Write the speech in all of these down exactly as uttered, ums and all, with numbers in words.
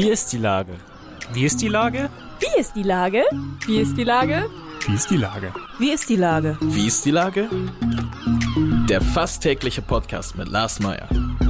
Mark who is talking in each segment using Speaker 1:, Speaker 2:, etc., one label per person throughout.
Speaker 1: ist die Lage? Wie ist die Lage?
Speaker 2: Wie ist die Lage? Wie ist die Lage?
Speaker 1: Wie ist die Lage?
Speaker 2: Wie ist die Lage?
Speaker 3: Wie ist die Lage? Der fast tägliche Podcast mit Lars Meyer.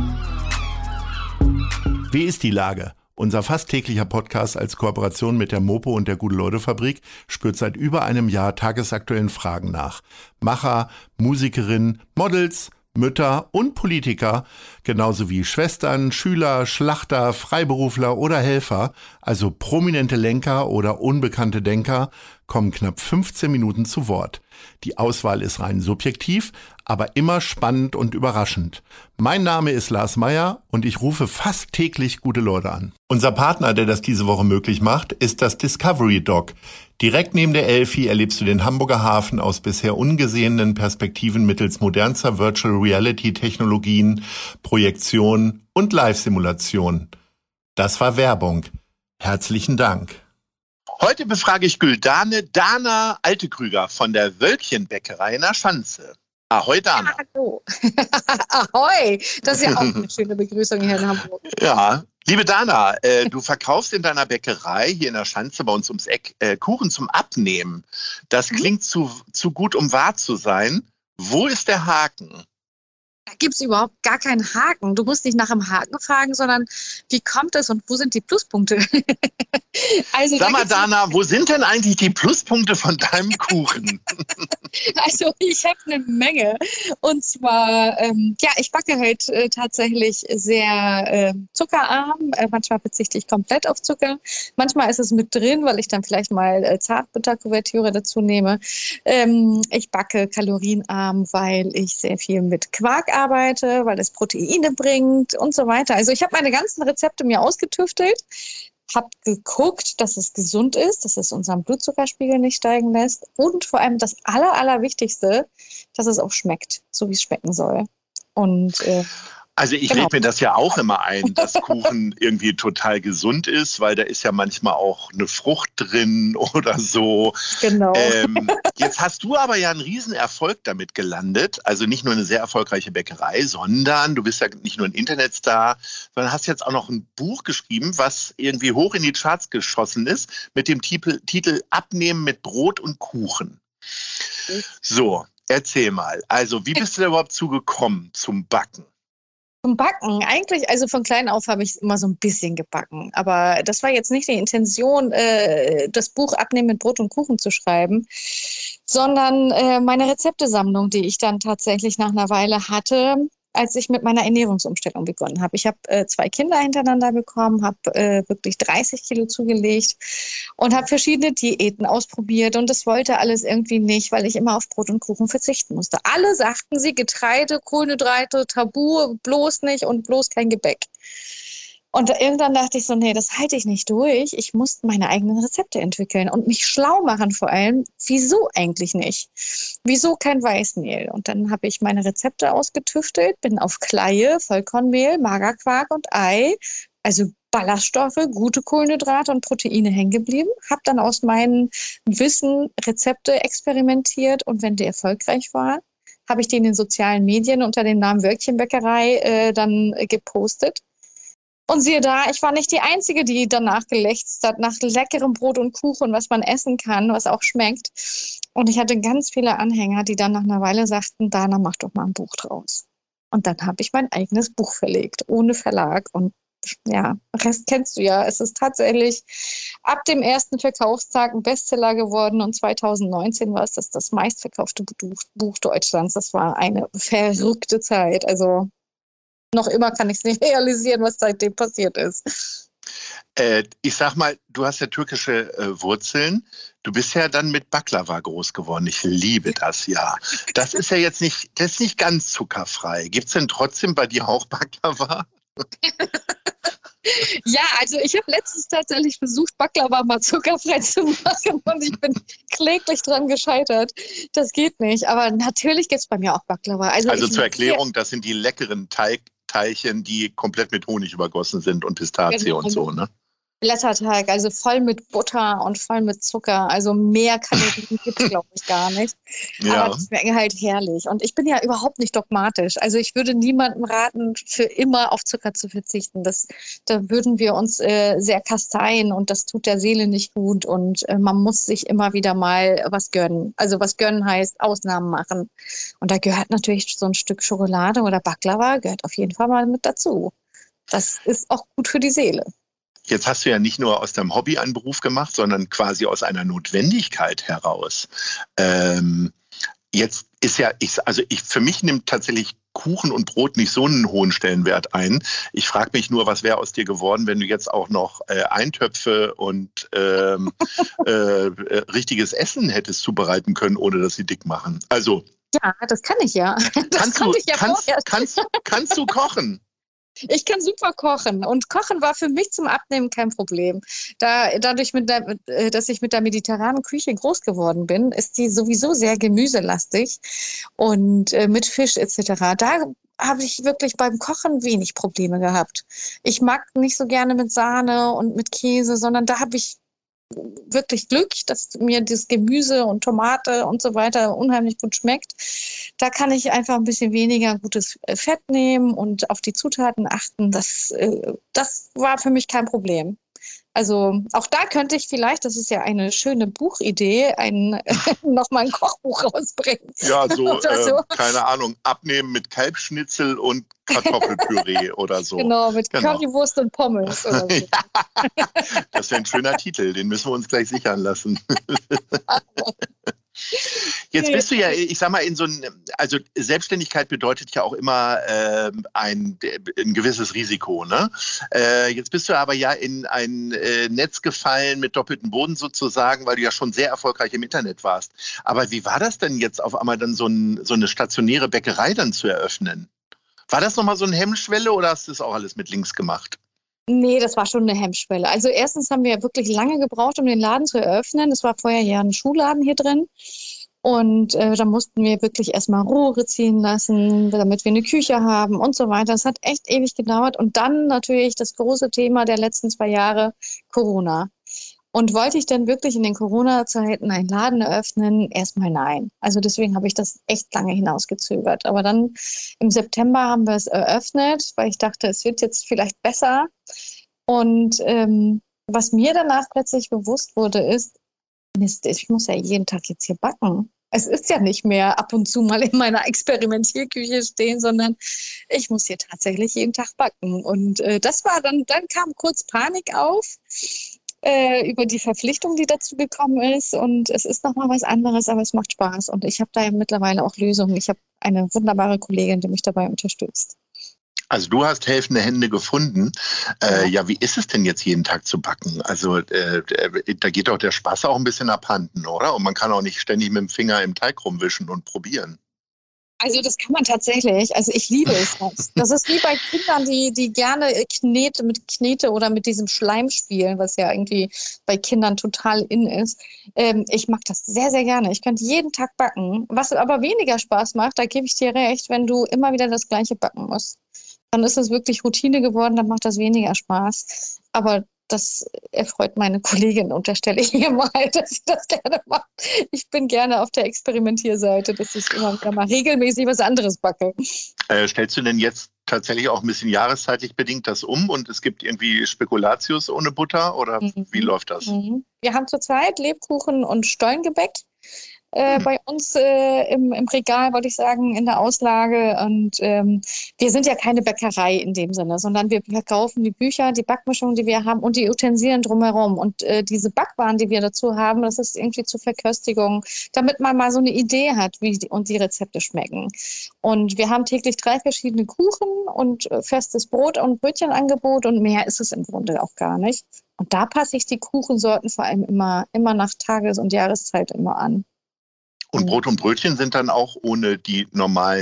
Speaker 4: Wie ist die Lage? Unser fast täglicher Podcast als Kooperation mit der Mopo und der Gute-Leute-Fabrik spürt seit über einem Jahr tagesaktuellen Fragen nach. Macher, Musikerinnen, Models, Mütter und Politiker, genauso wie Schwestern, Schüler, Schlachter, Freiberufler oder Helfer, also prominente Lenker oder unbekannte Denker, kommen knapp fünfzehn Minuten zu Wort. Die Auswahl ist rein subjektiv, aber immer spannend und überraschend. Mein Name ist Lars Meyer und ich rufe fast täglich gute Leute an. Unser Partner, der das diese Woche möglich macht, ist das Discovery Dock. Direkt neben der Elfi erlebst du den Hamburger Hafen aus bisher ungesehenen Perspektiven mittels modernster Virtual Reality Technologien, Projektion und Live-Simulation. Das war Werbung. Herzlichen Dank.
Speaker 5: Heute befrage ich Güldane Dana Altekrüger von der Wölkchenbäckerei in der Schanze. Ahoi, Dana.
Speaker 6: Ja, hallo. Ahoi. Das ist ja auch eine schöne Begrüßung hier in Hamburg.
Speaker 5: Ja, liebe Dana, äh, du verkaufst in deiner Bäckerei hier in der Schanze bei uns ums Eck äh, Kuchen zum Abnehmen. Das klingt zu, zu gut, um wahr zu sein. Wo ist der Haken?
Speaker 6: Da gibt es überhaupt gar keinen Haken. Du musst nicht nach dem Haken fragen, sondern wie kommt es und wo sind die Pluspunkte? Also,
Speaker 5: Sag mal, Dana, wo sind denn eigentlich die Pluspunkte von deinem Kuchen?
Speaker 6: Also ich habe eine Menge. Und zwar, ähm, ja, ich backe halt äh, tatsächlich sehr äh, zuckerarm. Äh, manchmal verzichte ich komplett auf Zucker. Manchmal ist es mit drin, weil ich dann vielleicht mal äh, Zartbitterkuvertüre dazu nehme. Ähm, ich backe kalorienarm, weil ich sehr viel mit Quark arbeite, weil es Proteine bringt und so weiter. Also ich habe meine ganzen Rezepte mir ausgetüftelt. Habe geguckt, dass es gesund ist, dass es unseren Blutzuckerspiegel nicht steigen lässt und vor allem das Aller, Allerwichtigste, dass es auch schmeckt, so wie es schmecken soll. Und äh,
Speaker 5: Also ich
Speaker 6: genau.
Speaker 5: rede mir das ja auch immer ein, dass Kuchen irgendwie total gesund ist, weil da ist ja manchmal auch eine Frucht drin oder so.
Speaker 6: Genau.
Speaker 5: Ähm, jetzt hast du aber ja einen Riesenerfolg damit gelandet. Also nicht nur eine sehr erfolgreiche Bäckerei, sondern du bist ja nicht nur ein Internetstar, sondern hast jetzt auch noch ein Buch geschrieben, was irgendwie hoch in die Charts geschossen ist, mit dem Titel, Titel Abnehmen mit Brot und Kuchen. So, erzähl mal. Also wie bist du da überhaupt zugekommen zum Backen?
Speaker 6: Zum Backen, eigentlich, also von klein auf habe ich immer so ein bisschen gebacken. Aber das war jetzt nicht die Intention, äh, das Buch Abnehmen mit Brot und Kuchen zu schreiben, sondern äh, meine Rezeptesammlung, die ich dann tatsächlich nach einer Weile hatte, als ich mit meiner Ernährungsumstellung begonnen habe. Ich habe äh, zwei Kinder hintereinander bekommen, habe äh, wirklich dreißig Kilo zugelegt und habe verschiedene Diäten ausprobiert und das wollte alles irgendwie nicht, weil ich immer auf Brot und Kuchen verzichten musste. Alle sagten sie, Getreide, Kohlenhydrate, Tabu, bloß nicht und bloß kein Gebäck. Und irgendwann dachte ich so, nee, das halte ich nicht durch. Ich muss meine eigenen Rezepte entwickeln und mich schlau machen vor allem. Wieso eigentlich nicht? Wieso kein Weißmehl? Und dann habe ich meine Rezepte ausgetüftelt, bin auf Kleie, Vollkornmehl, Magerquark und Ei, also Ballaststoffe, gute Kohlenhydrate und Proteine hängen geblieben. Habe dann aus meinem Wissen Rezepte experimentiert und wenn die erfolgreich waren, habe ich die in den sozialen Medien unter dem Namen Wölkchenbäckerei äh, dann äh, gepostet. Und siehe da, ich war nicht die Einzige, die danach gelächzt hat, nach leckerem Brot und Kuchen, was man essen kann, was auch schmeckt. Und ich hatte ganz viele Anhänger, die dann nach einer Weile sagten, Dana, mach doch mal ein Buch draus. Und dann habe ich mein eigenes Buch verlegt, ohne Verlag. Und ja, Rest kennst du ja. Es ist tatsächlich ab dem ersten Verkaufstag ein Bestseller geworden. Und zweitausendneunzehn war es das, das meistverkaufte Buch, Buch Deutschlands. Das war eine verrückte Zeit. Also noch immer kann ich es nicht realisieren, was seitdem passiert ist.
Speaker 5: Äh, ich sag mal, du hast ja türkische äh, Wurzeln. Du bist ja dann mit Baklava groß geworden. Ich liebe das, ja. Das ist ja jetzt nicht, das ist nicht ganz zuckerfrei. Gibt es denn trotzdem bei dir auch Baklava?
Speaker 6: Ja, also ich habe letztens tatsächlich versucht, Baklava mal zuckerfrei zu machen und ich bin kläglich dran gescheitert. Das geht nicht, aber natürlich gibt es bei mir auch Baklava. Also,
Speaker 5: Also
Speaker 6: ich
Speaker 5: zur Erklärung, das sind die leckeren Teig, Teilchen, die komplett mit Honig übergossen sind und Pistazie
Speaker 6: Genau.
Speaker 5: und so, ne?
Speaker 6: Blätterteig, also voll mit Butter und voll mit Zucker. Also mehr Kalorien gibt es, glaube ich, gar nicht.
Speaker 5: Ja.
Speaker 6: Aber die schmecken halt herrlich. Und ich bin ja überhaupt nicht dogmatisch. Also ich würde niemandem raten, für immer auf Zucker zu verzichten. Das, da würden wir uns äh, sehr kasteien und das tut der Seele nicht gut. Und äh, man muss sich immer wieder mal was gönnen. Also was gönnen heißt Ausnahmen machen. Und da gehört natürlich so ein Stück Schokolade oder Baklava, gehört auf jeden Fall mal mit dazu. Das ist auch gut für die Seele.
Speaker 5: Jetzt hast du ja nicht nur aus deinem Hobby einen Beruf gemacht, sondern quasi aus einer Notwendigkeit heraus. Ähm, jetzt ist ja, ich, also ich, für mich nimmt tatsächlich Kuchen und Brot nicht so einen hohen Stellenwert ein. Ich frage mich nur, was wäre aus dir geworden, wenn du jetzt auch noch äh, Eintöpfe und ähm, äh, äh, richtiges Essen hättest zubereiten können, ohne dass sie dick machen. Also
Speaker 6: ja, das kann ich ja. Das
Speaker 5: kannst,
Speaker 6: konnte
Speaker 5: du,
Speaker 6: ich ja
Speaker 5: kannst,
Speaker 6: vorher.
Speaker 5: kannst, kannst du kochen?
Speaker 6: Ich kann super kochen und Kochen war für mich zum Abnehmen kein Problem. Da, dadurch, mit der, dass ich mit der mediterranen Küche groß geworden bin, ist die sowieso sehr gemüselastig und äh, mit Fisch et cetera. Da habe ich wirklich beim Kochen wenig Probleme gehabt. Ich mag nicht so gerne mit Sahne und mit Käse, sondern da habe ich wirklich Glück, dass mir das Gemüse und Tomate und so weiter unheimlich gut schmeckt. Da kann ich einfach ein bisschen weniger gutes Fett nehmen und auf die Zutaten achten. Das, das war für mich kein Problem. Also auch da könnte ich vielleicht, das ist ja eine schöne Buchidee, ein, nochmal ein Kochbuch rausbringen.
Speaker 5: Ja, so,
Speaker 6: Oder so.
Speaker 5: Äh, keine Ahnung, abnehmen mit Kalbschnitzel und Kartoffelpüree oder so.
Speaker 6: Genau, mit
Speaker 5: Genau.
Speaker 6: Currywurst und Pommes oder so.
Speaker 5: Ja, das wäre ein schöner Titel, den müssen wir uns gleich sichern lassen. Jetzt bist du ja, ich sag mal, in so ein, also Selbstständigkeit bedeutet ja auch immer äh, ein, ein gewisses Risiko, ne? Äh, jetzt bist du aber ja in ein äh, Netz gefallen mit doppeltem Boden sozusagen, weil du ja schon sehr erfolgreich im Internet warst. Aber wie war das denn jetzt auf einmal dann so, ein, so eine stationäre Bäckerei dann zu eröffnen? War das nochmal so eine Hemmschwelle oder hast du das auch alles mit links gemacht?
Speaker 6: Nee, das war schon eine Hemmschwelle. Also erstens haben wir wirklich lange gebraucht, um den Laden zu eröffnen. Es war vorher ja ein Schuhladen hier drin. Und äh, da mussten wir wirklich erstmal Rohre ziehen lassen, damit wir eine Küche haben und so weiter. Das hat echt ewig gedauert. Und dann natürlich das große Thema der letzten zwei Jahre, Corona. Und wollte ich denn wirklich in den Corona-Zeiten einen Laden eröffnen? Erstmal nein. Also deswegen habe ich das echt lange hinausgezögert. Aber dann im September haben wir es eröffnet, weil ich dachte, es wird jetzt vielleicht besser. Und ähm, was mir danach plötzlich bewusst wurde, ist, Mist, ich muss ja jeden Tag jetzt hier backen. Es ist ja nicht mehr ab und zu mal in meiner Experimentierküche stehen, sondern ich muss hier tatsächlich jeden Tag backen. Und äh, das war dann, dann kam kurz Panik auf. Äh, über die Verpflichtung, die dazu gekommen ist. Und es ist nochmal was anderes, aber es macht Spaß. Und ich habe da ja mittlerweile auch Lösungen. Ich habe eine wunderbare Kollegin, die mich dabei unterstützt.
Speaker 5: Also du hast helfende Hände gefunden. Äh, ja, wie ist es denn jetzt jeden Tag zu backen? Also äh, da geht doch der Spaß auch ein bisschen abhanden, oder? Und man kann auch nicht ständig mit dem Finger im Teig rumwischen und probieren.
Speaker 6: Also das kann man tatsächlich. Also ich liebe es. Das ist wie bei Kindern, die, die gerne Knete mit Knete oder mit diesem Schleim spielen, was ja irgendwie bei Kindern total in ist. Ähm, ich mag das sehr, sehr gerne. Ich könnte jeden Tag backen. Was aber weniger Spaß macht, da gebe ich dir recht, wenn du immer wieder das Gleiche backen musst. Dann ist es wirklich Routine geworden, dann macht das weniger Spaß. Aber das erfreut meine Kollegin, unterstelle ich ihr mal, dass sie das gerne macht. Ich bin gerne auf der Experimentierseite, dass ich immer wieder mal regelmäßig was anderes backe.
Speaker 5: Äh, stellst du denn jetzt tatsächlich auch ein bisschen jahreszeitlich bedingt das um und es gibt irgendwie Spekulatius ohne Butter oder
Speaker 6: Mhm.
Speaker 5: wie läuft das?
Speaker 6: Mhm. Wir haben zurzeit Lebkuchen und Stollengebäck äh, bei uns äh, im, im Regal, wollte ich sagen, in der Auslage. Und ähm, wir sind ja keine Bäckerei in dem Sinne, sondern wir verkaufen die Bücher, die Backmischungen, die wir haben und die Utensilien drumherum. Und äh, diese Backwaren, die wir dazu haben, das ist irgendwie zur Verköstigung, damit man mal so eine Idee hat, wie die, und die Rezepte schmecken. Und wir haben täglich drei verschiedene Kuchen und äh, festes Brot- und Brötchenangebot und mehr ist es im Grunde auch gar nicht. Und da passe ich die Kuchensorten vor allem immer, immer nach Tages- und Jahreszeit immer an.
Speaker 5: Und Brot und Brötchen sind dann auch ohne die normalen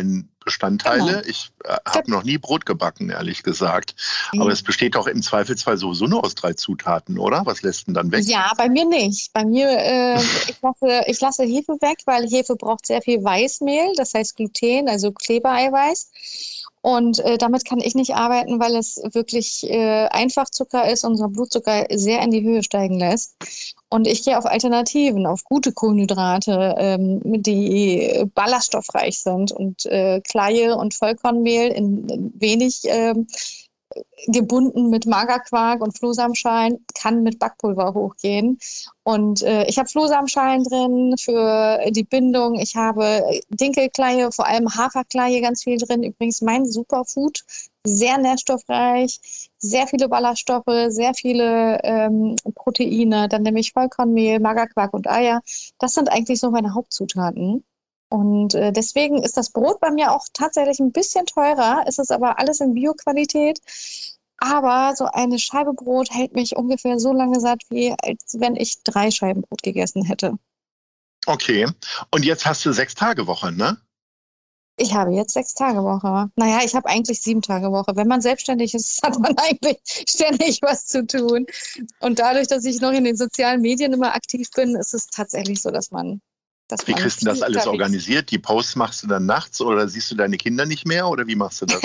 Speaker 5: Bestandteile.
Speaker 6: Genau.
Speaker 5: Ich äh, habe noch nie Brot gebacken, ehrlich gesagt. Aber es besteht doch im Zweifelsfall sowieso nur aus drei Zutaten, oder? Was lässt denn dann weg?
Speaker 6: Ja, bei mir nicht. Bei mir, äh, ich, lasse, ich lasse Hefe weg, weil Hefe braucht sehr viel Weißmehl, das heißt Gluten, also Klebereiweiß. Und äh, damit kann ich nicht arbeiten, weil es wirklich äh, Einfachzucker ist und unser Blutzucker sehr in die Höhe steigen lässt. Und ich gehe auf Alternativen, auf gute Kohlenhydrate, ähm, die ballaststoffreich sind und äh, Kleie und Vollkornmehl in, in wenig ähm, gebunden mit Magerquark und Flohsamenschalen, kann mit Backpulver hochgehen. Und äh, ich habe Flohsamenschalen drin für die Bindung. Ich habe Dinkelkleie, vor allem Haferkleie ganz viel drin. Übrigens mein Superfood, sehr nährstoffreich, sehr viele Ballaststoffe, sehr viele ähm, Proteine. Dann nehme ich Vollkornmehl, Magerquark und Eier. Das sind eigentlich so meine Hauptzutaten. Und äh, deswegen ist das Brot bei mir auch tatsächlich ein bisschen teurer. Es ist aber alles in Bio-Qualität. Aber so eine Scheibe Brot hält mich ungefähr so lange satt, wie als wenn ich drei Scheiben Brot gegessen hätte.
Speaker 5: Okay. Und jetzt hast du sechs Tage Woche, ne?
Speaker 6: Ich habe jetzt sechs Tage Woche. Naja, ich habe eigentlich sieben Tage Woche. Wenn man selbstständig ist, hat man eigentlich ständig was zu tun. Und dadurch, dass ich noch in den sozialen Medien immer aktiv bin, ist es tatsächlich so, dass man Dass
Speaker 5: Wie kriegst du das alles organisiert? Die Posts machst du dann nachts oder siehst du deine Kinder nicht mehr oder wie machst du das?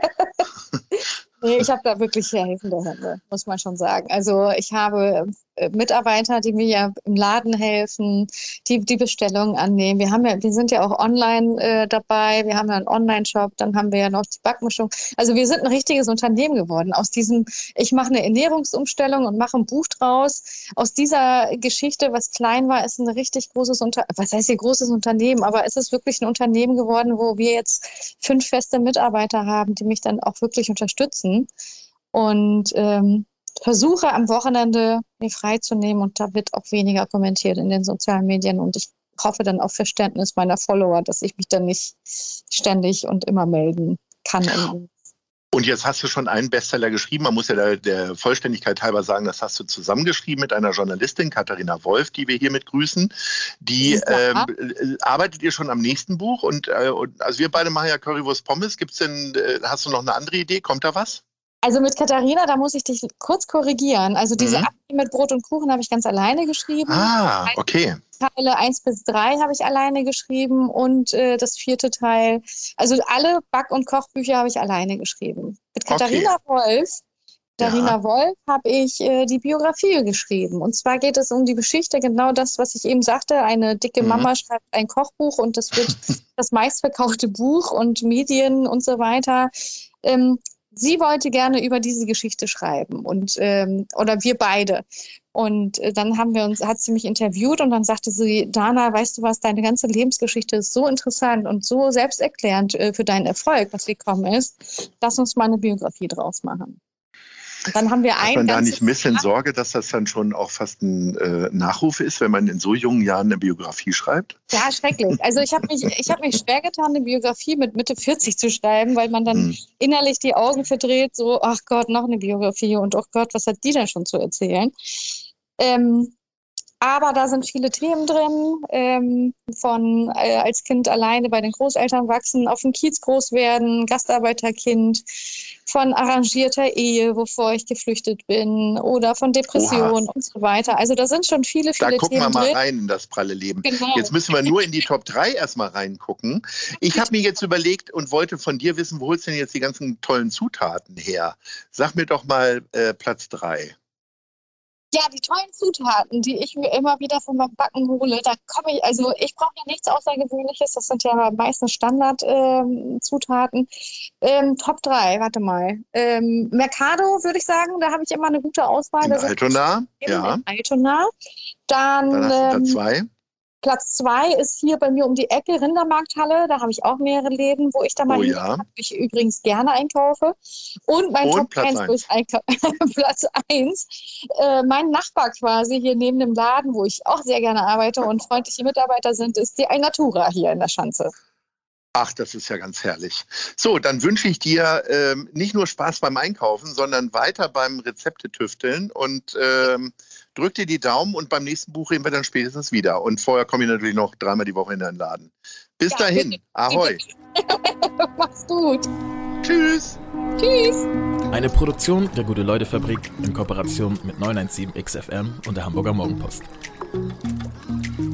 Speaker 6: Nee, ich habe da wirklich sehr helfende Hände, muss man schon sagen. Also ich habe Mitarbeiter, die mir ja im Laden helfen, die die Bestellungen annehmen. Wir haben ja, wir sind ja auch online äh, dabei. Wir haben ja einen Online-Shop, dann haben wir ja noch die Backmischung. Also wir sind ein richtiges Unternehmen geworden. Aus diesem, ich mache eine Ernährungsumstellung und mache ein Buch draus. Aus dieser Geschichte, was klein war, ist ein richtig großes Unternehmen. Was heißt hier großes Unternehmen? Aber es ist wirklich ein Unternehmen geworden, wo wir jetzt fünf feste Mitarbeiter haben, die mich dann auch wirklich unterstützen. Und ähm, versuche am Wochenende mir freizunehmen und da wird auch weniger kommentiert in den sozialen Medien und ich hoffe dann auf Verständnis meiner Follower, dass ich mich dann nicht ständig und immer melden kann.
Speaker 5: Und jetzt hast du schon einen Bestseller geschrieben. Man muss ja der, der Vollständigkeit halber sagen, das hast du zusammengeschrieben mit einer Journalistin, Katharina Wolf, die wir hiermit grüßen. Die ja. ähm, arbeitet ihr schon am nächsten Buch? Und, äh, und also wir beide machen ja Currywurst Pommes. Gibt's denn, äh, hast du noch eine andere Idee? Kommt da was?
Speaker 6: Also mit Katharina, da muss ich dich kurz korrigieren. Also diese mhm. Abend mit Brot und Kuchen habe ich ganz alleine geschrieben.
Speaker 5: Ah, okay.
Speaker 6: Teile eins bis drei habe ich alleine geschrieben und äh, das vierte Teil, also alle Back- und Kochbücher habe ich alleine geschrieben. Mit Katharina okay. Wolf, Katharina ja. Wolf habe ich äh, die Biografie geschrieben. Und zwar geht es um die Geschichte, genau das, was ich eben sagte. Eine dicke mhm. Mama schreibt ein Kochbuch und das wird das meistverkaufte Buch und Medien und so weiter. Ähm, Sie wollte gerne über diese Geschichte schreiben und ähm, oder wir beide. Und äh, dann haben wir uns, hat sie mich interviewt und dann sagte sie, Dana, weißt du was, deine ganze Lebensgeschichte ist so interessant und so selbsterklärend äh, für deinen Erfolg, was gekommen ist. Lass uns mal eine Biografie draus machen. Und dann haben wir
Speaker 5: Hat
Speaker 6: ein
Speaker 5: man da nicht ein bisschen Sorge, dass das dann schon auch fast ein äh, Nachruf ist, wenn man in so jungen Jahren eine Biografie schreibt?
Speaker 6: Ja, schrecklich. Also ich habe mich, ich hab mich schwer getan, eine Biografie mit Mitte vierzig zu schreiben, weil man dann hm. innerlich die Augen verdreht, so, ach Gott, noch eine Biografie und ach Gott, was hat die denn schon zu erzählen? Ähm, aber da sind viele Themen drin, ähm, von äh, als Kind alleine bei den Großeltern wachsen, auf dem Kiez groß werden, Gastarbeiterkind, von arrangierter Ehe, wovor ich geflüchtet bin, oder von Depressionen und so weiter. Also da sind schon viele, viele Themen drin. Da gucken
Speaker 5: wir mal
Speaker 6: drin.
Speaker 5: rein in das pralle Leben.
Speaker 6: Genau.
Speaker 5: Jetzt müssen wir nur in die Top drei erstmal reingucken. Ich habe mir jetzt überlegt und wollte von dir wissen, wo holst du denn jetzt die ganzen tollen Zutaten her? Sag mir doch mal äh, Platz drei.
Speaker 6: Ja, die tollen Zutaten, die ich mir immer wieder von meinem Backen hole, da komme ich, also ich brauche ja nichts Außergewöhnliches, das sind ja meistens Standard-Zutaten. Ähm, ähm, Top drei, warte mal. Ähm, Mercado würde ich sagen, da habe ich immer eine gute Auswahl.
Speaker 5: In Altona, ja.
Speaker 6: In Altona. Dann,
Speaker 5: Dann hast du
Speaker 6: ähm,
Speaker 5: Platz zwei.
Speaker 6: Platz zwei ist hier bei mir um die Ecke, Rindermarkthalle. Da habe ich auch mehrere Läden, wo ich da mal
Speaker 5: oh,
Speaker 6: hingehe,
Speaker 5: ja.
Speaker 6: wo ich übrigens gerne einkaufe. Und mein
Speaker 5: Und
Speaker 6: Top
Speaker 5: Platz
Speaker 6: eins, wo ich einkaufe, Platz eins, äh, mein Nachbar quasi hier neben dem Laden, wo ich auch sehr gerne arbeite und freundliche Mitarbeiter sind, ist die Alnatura hier in der Schanze.
Speaker 5: Ach, das ist ja ganz herrlich. So, dann wünsche ich dir ähm, nicht nur Spaß beim Einkaufen, sondern weiter beim Rezepte-Tüfteln und ähm, drück dir die Daumen und beim nächsten Buch reden wir dann spätestens wieder. Und vorher komme ich natürlich noch dreimal die Woche in deinen Laden. Bis
Speaker 6: Ja,
Speaker 5: dahin.
Speaker 6: bitte.
Speaker 5: Ahoi.
Speaker 6: Mach's gut.
Speaker 5: Tschüss.
Speaker 6: Tschüss.
Speaker 3: Eine Produktion der Gute-Leute-Fabrik in Kooperation mit neun eins sieben X F M und der Hamburger Morgenpost.